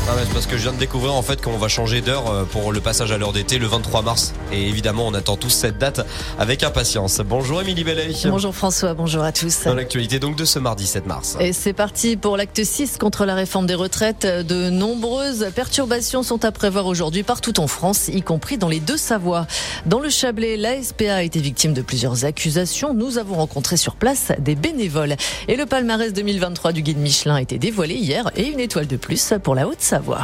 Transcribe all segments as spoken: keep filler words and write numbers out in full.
Ah ouais, c'est parce que je viens de découvrir en fait qu'on va changer d'heure pour le passage à l'heure d'été le vingt-trois mars. Et évidemment, on attend tous cette date avec impatience. Bonjour Émilie Bellet. Bonjour François, bonjour à tous. Dans l'actualité donc de ce mardi sept mars. Et c'est parti pour l'acte six contre la réforme des retraites. De nombreuses perturbations sont à prévoir aujourd'hui partout en France, y compris dans les Deux-Savoie. Dans le Chablais, l'A S P A a été victime de plusieurs accusations. Nous avons rencontré sur place des bénévoles. Et le palmarès deux mille vingt-trois du guide Michelin a été dévoilé hier et une étoile de plus pour la Haute-Savoie.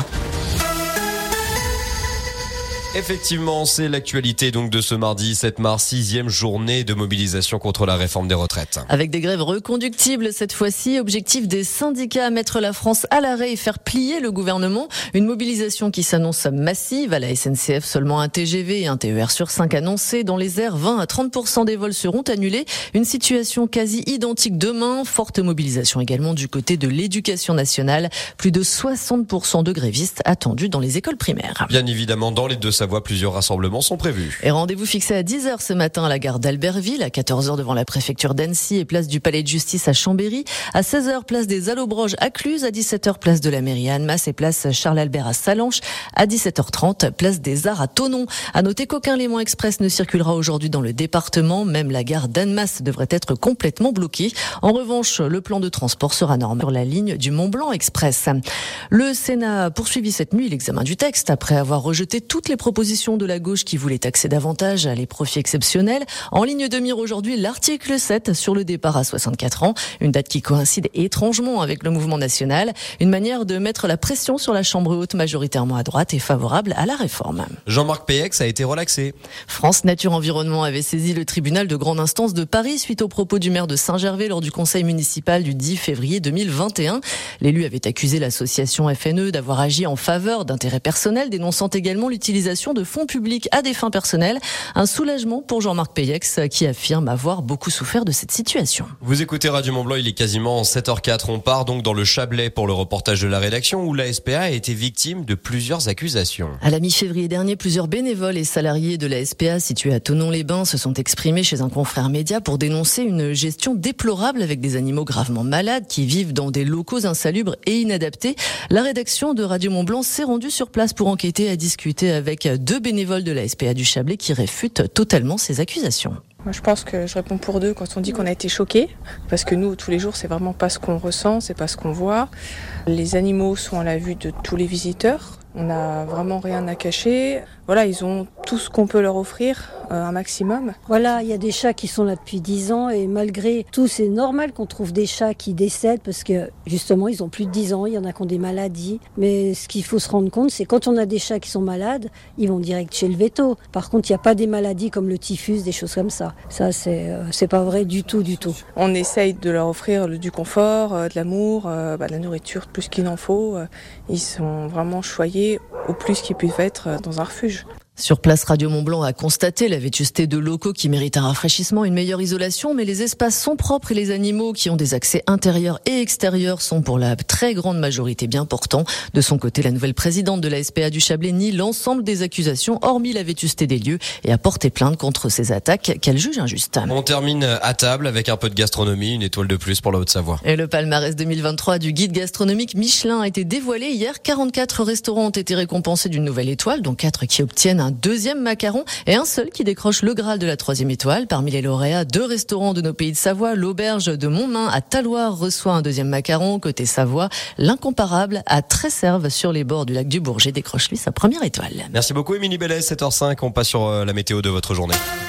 Effectivement, c'est l'actualité donc de ce mardi sept mars, sixième journée de mobilisation contre la réforme des retraites. Avec des grèves reconductibles cette fois-ci, objectif des syndicats, mettre la France à l'arrêt et faire plier le gouvernement. Une mobilisation qui s'annonce massive. À la S N C F, seulement un T G V et un T E R sur cinq annoncés. Dans les airs, vingt à trente pour cent des vols seront annulés. Une situation quasi identique demain. Forte mobilisation également du côté de l'éducation nationale. Plus de soixante pour cent de grévistes attendus dans les écoles primaires. Bien évidemment, dans les Deux-Savoie, plusieurs rassemblements sont prévus. Et rendez-vous fixé à dix heures ce matin à la gare d'Albertville, à quatorze heures devant la préfecture d'Annecy et place du Palais de Justice à Chambéry, à seize heures place des Allobroges à Cluse, à dix-sept heures place de la mairie à Annemasse et place Charles-Albert à Sallanches, à dix-sept heures trente place des Arts à Thonon. À noter qu'aucun Léman Express ne circulera aujourd'hui dans le département, même la gare d'Annemasse devrait être complètement bloquée. En revanche, le plan de transport sera normal sur la ligne du Mont-Blanc Express. Le Sénat a poursuivi cette nuit l'examen du texte après avoir rejeté toutes les propositions de la gauche qui voulait taxer davantage les profits exceptionnels. En ligne de mire aujourd'hui, l'article sept sur le départ à soixante-quatre ans, une date qui coïncide étrangement avec le mouvement national, une manière de mettre la pression sur la Chambre haute majoritairement à droite et favorable à la réforme. Jean-Marc Péex a été relaxé. France Nature Environnement avait saisi le tribunal de grande instance de Paris suite aux propos du maire de Saint-Gervais lors du conseil municipal du dix février deux mille vingt et un. L'élu avait accusé l'association F N E d'avoir agi en faveur d'intérêts personnels, dénonçant également l'utilisation de fonds publics à des fins personnelles. Un soulagement pour Jean-Marc Péex qui affirme avoir beaucoup souffert de cette situation. Vous écoutez Radio Mont-Blanc, il est quasiment sept heures quatre. On part donc dans le Chablais pour le reportage de la rédaction où l'A S P A a été victime de plusieurs accusations. À la mi-février dernier, plusieurs bénévoles et salariés de l'A S P A situés à Thonon-les-Bains se sont exprimés chez un confrère média pour dénoncer une gestion déplorable avec des animaux gravement malades qui vivent dans des locaux insalubres et inadaptés. La rédaction de Radio Mont-Blanc s'est rendue sur place pour enquêter et à discuter avec deux bénévoles de l'A S P A du Chablais qui réfutent totalement ces accusations. Moi, je pense que je réponds pour deux quand on dit qu'on a été choqués, parce que nous, tous les jours, c'est vraiment pas ce qu'on ressent, c'est pas ce qu'on voit. Les animaux sont à la vue de tous les visiteurs. On n'a vraiment rien à cacher. Voilà, ils ont tout ce qu'on peut leur offrir, euh, un maximum. Voilà, il y a des chats qui sont là depuis dix ans et malgré tout, c'est normal qu'on trouve des chats qui décèdent parce que justement, ils ont plus de dix ans, il y en a qui ont des maladies. Mais ce qu'il faut se rendre compte, c'est quand on a des chats qui sont malades, ils vont direct chez le véto. Par contre, il n'y a pas des maladies comme le typhus, des choses comme ça. Ça, c'est, euh, c'est pas vrai du tout, du tout. On essaye de leur offrir du confort, euh, de l'amour, euh, bah, de la nourriture, plus qu'il en faut. Ils sont vraiment choyés au plus qu'ils peuvent être dans un refuge. Sur place, Radio Mont-Blanc a constaté la vétusté de locaux qui méritent un rafraîchissement, une meilleure isolation, mais les espaces sont propres et les animaux qui ont des accès intérieurs et extérieurs sont pour la très grande majorité bien portants. De son côté, la nouvelle présidente de l'A S P A du Chablais nie l'ensemble des accusations, hormis la vétusté des lieux, et a porté plainte contre ces attaques qu'elle juge injustes. On termine à table avec un peu de gastronomie, une étoile de plus pour la Haute-Savoie. Et le palmarès deux mille vingt-trois du guide gastronomique Michelin a été dévoilé hier. quarante-quatre restaurants ont été récompensés d'une nouvelle étoile, dont quatre qui obtiennent un deuxième macaron et un seul qui décroche le Graal de la troisième étoile. Parmi les lauréats, deux restaurants de nos pays de Savoie. L'auberge de Montmain à Talloires reçoit un deuxième macaron. Côté Savoie, l'incomparable à Tresserve sur les bords du lac du Bourget décroche lui sa première étoile. Merci beaucoup Émilie Bellet, sept heures cinq. On passe sur la météo de votre journée.